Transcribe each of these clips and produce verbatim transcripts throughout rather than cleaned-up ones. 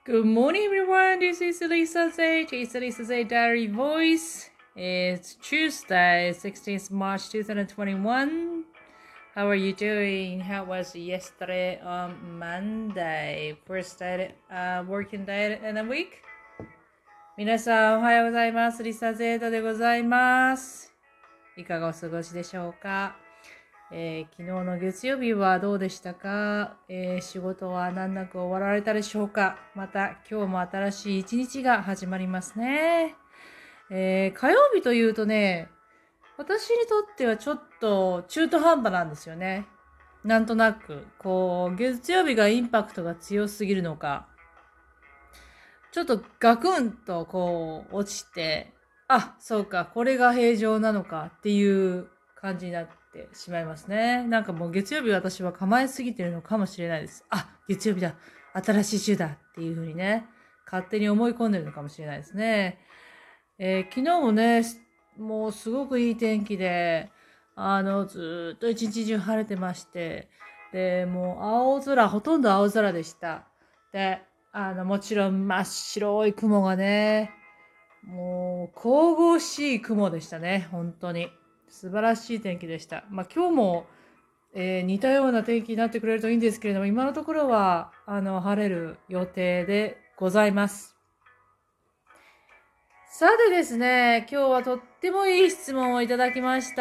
Good morning, everyone. This is Lisa Zage. It's Lisa Zage Diary Voice. It's Tuesday, sixteenth March twenty twenty-one. How are you doing? How was yesterday on Monday? First day, uh, working day in a week? 皆さん、おはようございます。リサゼータでございます。いかがお過ごしでしょうか？えー、昨日の月曜日はどうでしたか？えー、仕事は難なく終わられたでしょうか？また今日も新しい一日が始まりますね。えー、火曜日というとね、私にとってはちょっと中途半端なんですよね。なんとなく、こう、月曜日がインパクトが強すぎるのか、ちょっとガクンとこう落ちて、あ、そうか、これが平常なのかっていう感じになってしまいますね。なんかもう月曜日私は構えすぎてるのかもしれないです。あ、月曜日だ、新しい週だっていう風にね、勝手に思い込んでるのかもしれないですね。えー、昨日もね、もうすごくいい天気で、あの、ずーっと一日中晴れてまして、で、もう青空、ほとんど青空でした。で、あの、もちろん真っ白い雲がね、もう神々しい雲でしたね、本当に。素晴らしい天気でした。まあ今日も、えー似たような天気になってくれるといいんですけれども、今のところは、あの、晴れる予定でございます。さてですね、今日はとってもいい質問をいただきました。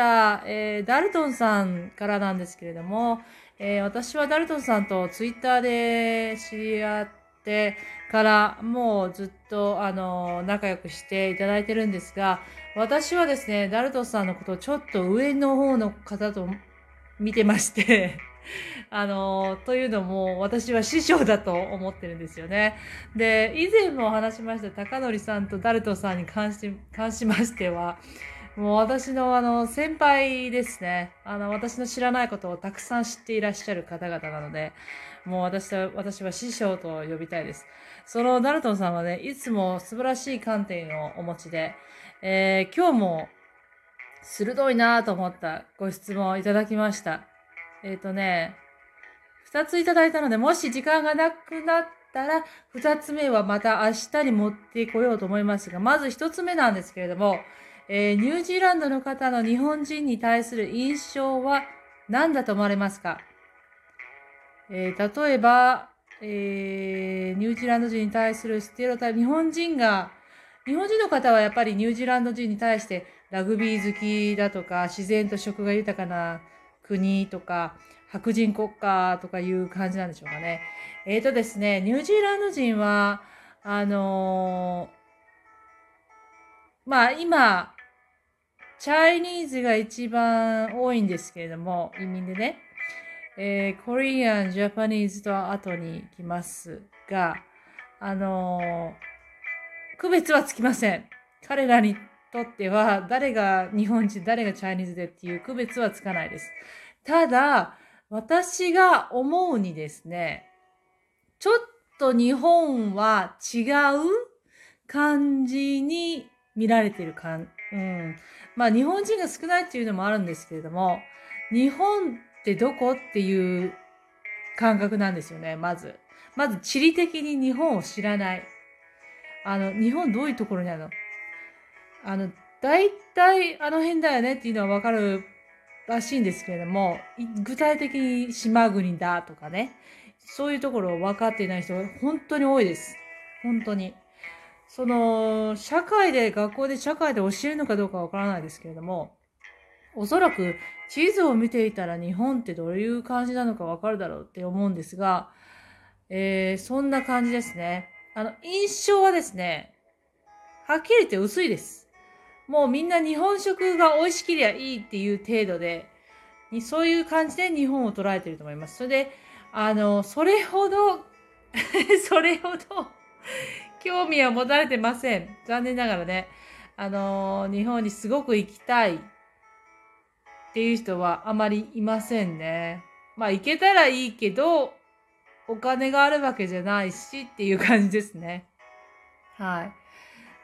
えーダルトンさんからなんですけれども、えー私はダルトンさんとツイッターで知り合ってからもうずっとあの仲良くしていただいてるんですが、私はですね、ダルトンさんのことをちょっと上の方の方と見てましてあの、というのも、私は師匠だと思ってるんですよね。で、以前もお話しました高則さんとダルトさんに関し、関しましては、もう私のあの、先輩ですね。あの、私の知らないことをたくさん知っていらっしゃる方々なので、もう私は、私は師匠と呼びたいです。そのダルトンさんはね、いつも素晴らしい観点をお持ちで、えー、今日も鋭いなぁと思ったご質問をいただきました。えっ、とね、二ついただいたので、もし時間がなくなったら、二つ目はまた明日に持ってこようと思いますが、まず一つ目なんですけれども、えーニュージーランドの方の日本人に対する印象は何だと思われますか？えー例えば、えーニュージーランド人に対するステレオタイプ、日本人が、日本人の方はやっぱりニュージーランド人に対してラグビー好きだとか、自然と食が豊かな国とか、白人国家とかいう感じなんでしょうかね。えーとですね、ニュージーランド人は、あのーまあ今、チャイニーズが一番多いんですけれども、移民でね。えー、コリアン、ジャパニーズと後に来ますが、あのー区別はつきません。彼らにとっては、誰が日本人、誰がチャイニーズでっていう区別はつかないです。ただ、私が思うにですね、ちょっと日本は違う感じに見られてる感、うん。まあ日本人が少ないっていうのもあるんですけれども、日本ってどこっていう感覚なんですよね、まず。まず地理的に日本を知らない。あの、日本どういうところにあるの？あの、大体あの辺だよねっていうのはわかるらしいんですけれども、い具体的に島国だとかね、そういうところを分かっていない人が本当に多いです。本当に。その、社会で、学校で社会で教えるのかどうかわからないですけれども、おそらく地図を見ていたら日本ってどういう感じなのかわかるだろうって思うんですが、えー、そんな感じですね。あの、印象はですね、はっきり言って薄いです。もうみんな日本食が美味しけりゃいいっていう程度で、にそういう感じで日本を捉えていると思います。それで、あの、それほどそれほど興味は持たれてません。残念ながらね。あの、日本にすごく行きたいっていう人はあまりいませんね。まあ行けたらいいけど、お金があるわけじゃないしっていう感じですね。はい。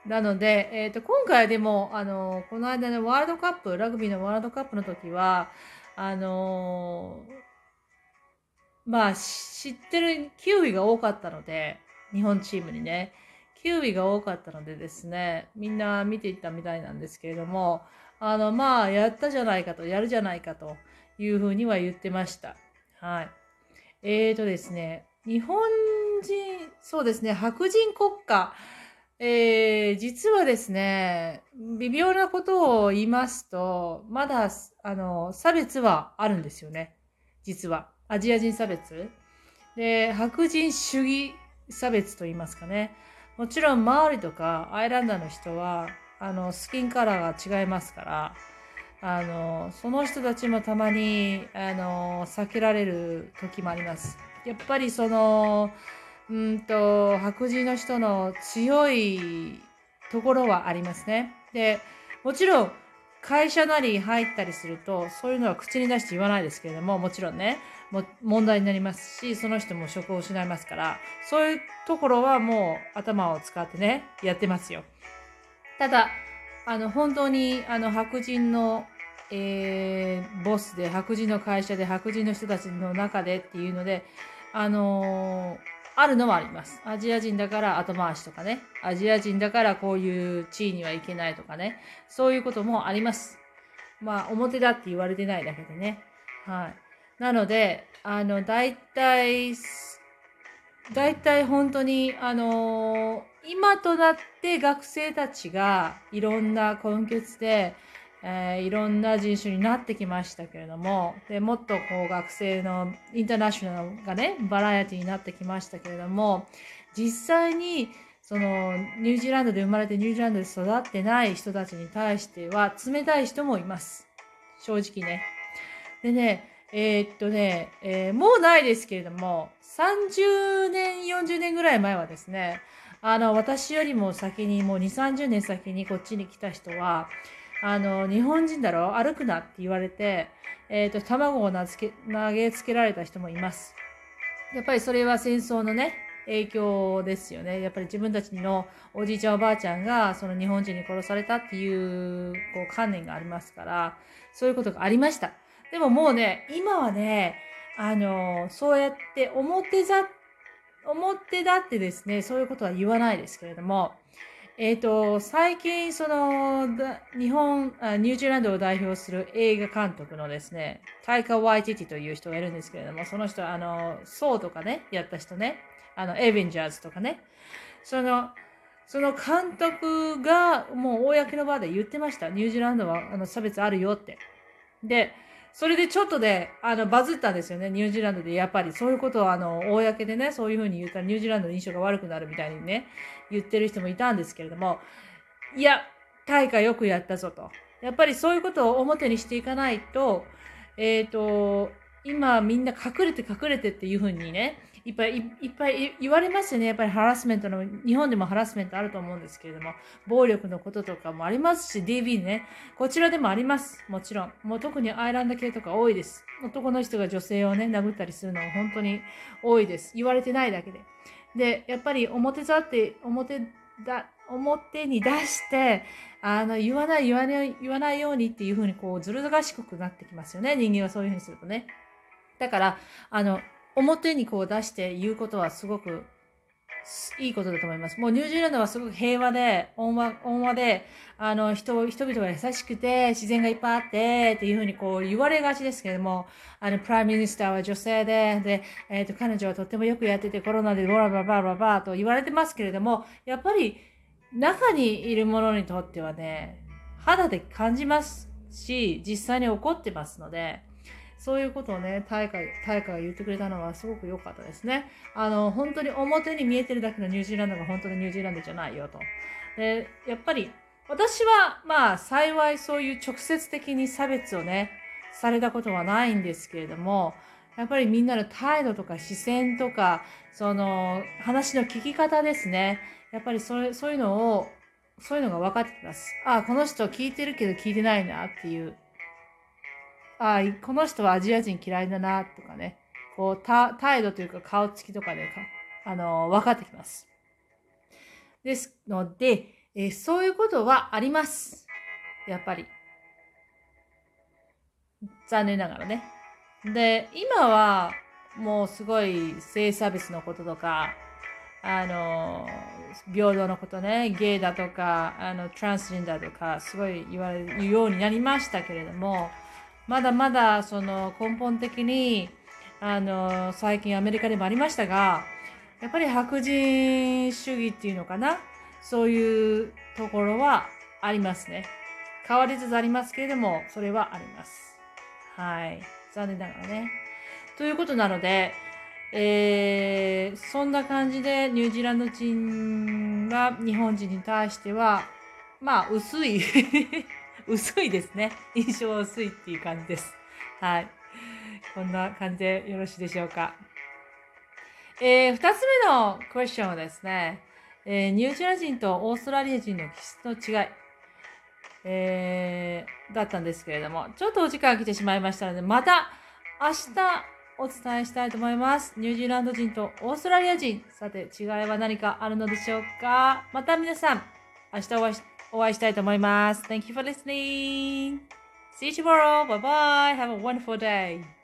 なので、えっと、今回でも、あの、この間のワールドカップ、ラグビーのワールドカップの時は、あの、まあ、知ってるキウイが多かったので、 日本チームにね。きゅういが多かったのでですね、みんな見ていったみたいなんですけれども、あの、まあ、やったじゃないかと、やるじゃないかというふうには言ってました。はい。えーとですね、日本人、そうですね、白人国家、えー、実はですね、微妙なことを言いますと、まだ、あの、差別はあるんですよね。実は。アジア人差別。で、白人主義差別と言いますかね。もちろん、マオリとかアイランダーの人は、あの、スキンカラーが違いますから、あの、その人たちもたまに、あの、避けられる時もあります。やっぱりその、うんと、白人の人の強いところはありますね。で、もちろん、会社なり入ったりすると、そういうのは口に出して言わないですけれども、もちろんね、も問題になりますし、その人も職を失いますから、そういうところはもう頭を使ってね、やってますよ。ただ、あの、本当に、あの、白人の、えー、ボスで、白人の会社で、白人の人たちの中でっていうので、あのーあるのはあります。アジア人だから後回しとかね。アジア人だからこういう地位にはいけないとかね。そういうこともあります。まあ、表だって言われてないだけでね。はい。なので、あの、大体、大体本当に、あのー今となって学生たちがいろんな根血で、えーいろんな人種になってきましたけれども、でもっとこう学生のインターナショナルがね、バラエティになってきましたけれども、実際にそのニュージーランドで生まれてニュージーランドで育ってない人たちに対しては冷たい人もいます。正直ね。でね、えーっとね、えーもうないですけれども、さんじゅうねん、よんじゅうねんぐらい前はですね、あの、私よりも先に、もうに、さんじゅうねん先にこっちに来た人は、あの、日本人だろ歩くなって言われて、えーっと、卵を投げ投げつけられた人もいます。やっぱりそれは戦争のね、影響ですよね。やっぱり自分たちのおじいちゃんおばあちゃんがその日本人に殺されたっていうこう観念がありますから、そういうことがありました。でももうね、今はね、あの、そうやって表ざ、表だってですね、そういうことは言わないですけれども、えっと、最近、その、だ日本あ、ニュージーランドを代表する映画監督のですね、タイカ・ワイティティという人がいるんですけれども、その人は、あの、ソーとかね、やった人ね、あの、エベンジャーズとかね、その、その監督が、もう公の場で言ってました。ニュージーランドは、あの、差別あるよって。で、それでちょっとで、あの、バズったんですよね。ニュージーランドで。やっぱり、そういうことを、あの、公でね、そういうふうに言ったら、ニュージーランドの印象が悪くなるみたいにね、言ってる人もいたんですけれども、いや、大会よくやったぞと。やっぱりそういうことを表にしていかないと、えっと、今みんな隠れて隠れてっていうふうにね、いっぱいいいっぱい言われますよね。やっぱりハラスメントの、日本でもハラスメントあると思うんですけれども、暴力のこととかもありますし、ディービー ね、こちらでもあります。もちろん。もう特にアイランド系とか多いです。男の人が女性をね、殴ったりするのは本当に多いです。言われてないだけで。で、やっぱり表ざって、表だ、表に出して、あの、言わない、言わない、言わないようにっていうふうに、こう、ずる賢くなってきますよね。人間はそういうふうにするとね。だから、あの、表にこう出して言うことはすごくいいことだと思います。もうニュージーランドはすごく平和で、温和、温和で、あの、人、人々が優しくて、自然がいっぱいあって、っていうふうにこう言われがちですけれども、あの、プライムミニスターは女性で、で、えっ、と、彼女はとってもよくやってて、コロナでボラバラバラバラバラと言われてますけれども、やっぱり、中にいる者にとってはね、肌で感じますし、実際に起こってますので、そういうことをね、大会、大会が言ってくれたのはすごく良かったですね。あの、本当に表に見えてるだけのニュージーランドが本当にニュージーランドじゃないよと。で、やっぱり、私は、まあ、幸いそういう直接的に差別をね、されたことはないんですけれども、やっぱりみんなの態度とか視線とか、その、話の聞き方ですね。やっぱりそれ、そういうのを、そういうのが分かってきます。ああ、この人聞いてるけど聞いてないなっていう。ああ、この人はアジア人嫌いだなとかね。こう、た、態度というか顔つきとかでか、あの、分かってきます。ですので、えーそういうことはあります。やっぱり。残念ながらね。で、今は、もうすごい性差別のこととか、 あの、平等のことね、ゲイだとか、あの、トランスジェンダーとか、すごい言われるようになりましたけれども、まだまだ、その、根本的に、あの、最近アメリカでもありましたが、やっぱり白人主義っていうのかな、そういうところはありますね。変わりつつありますけれども、それはあります。はい。残念ながらね。ということなので、えー、そんな感じでニュージーランド人は日本人に対しては、まあ、薄い薄いですね。印象は薄いっていう感じです。はい。こんな感じでよろしいでしょうか。えー、二つ目のクエスチョンはですね、えー、ニュージーランド人とオーストラリア人の気質の違い、えー、だったんですけれども、ちょっとお時間が来てしまいましたので、また明日お伝えしたいと思います。ニュージーランド人とオーストラリア人、さて違いは何かあるのでしょうか。また皆さん、明日お会いしお会いしたいと思います。Thank you for listening. See you tomorrow. Bye bye. Have a wonderful day.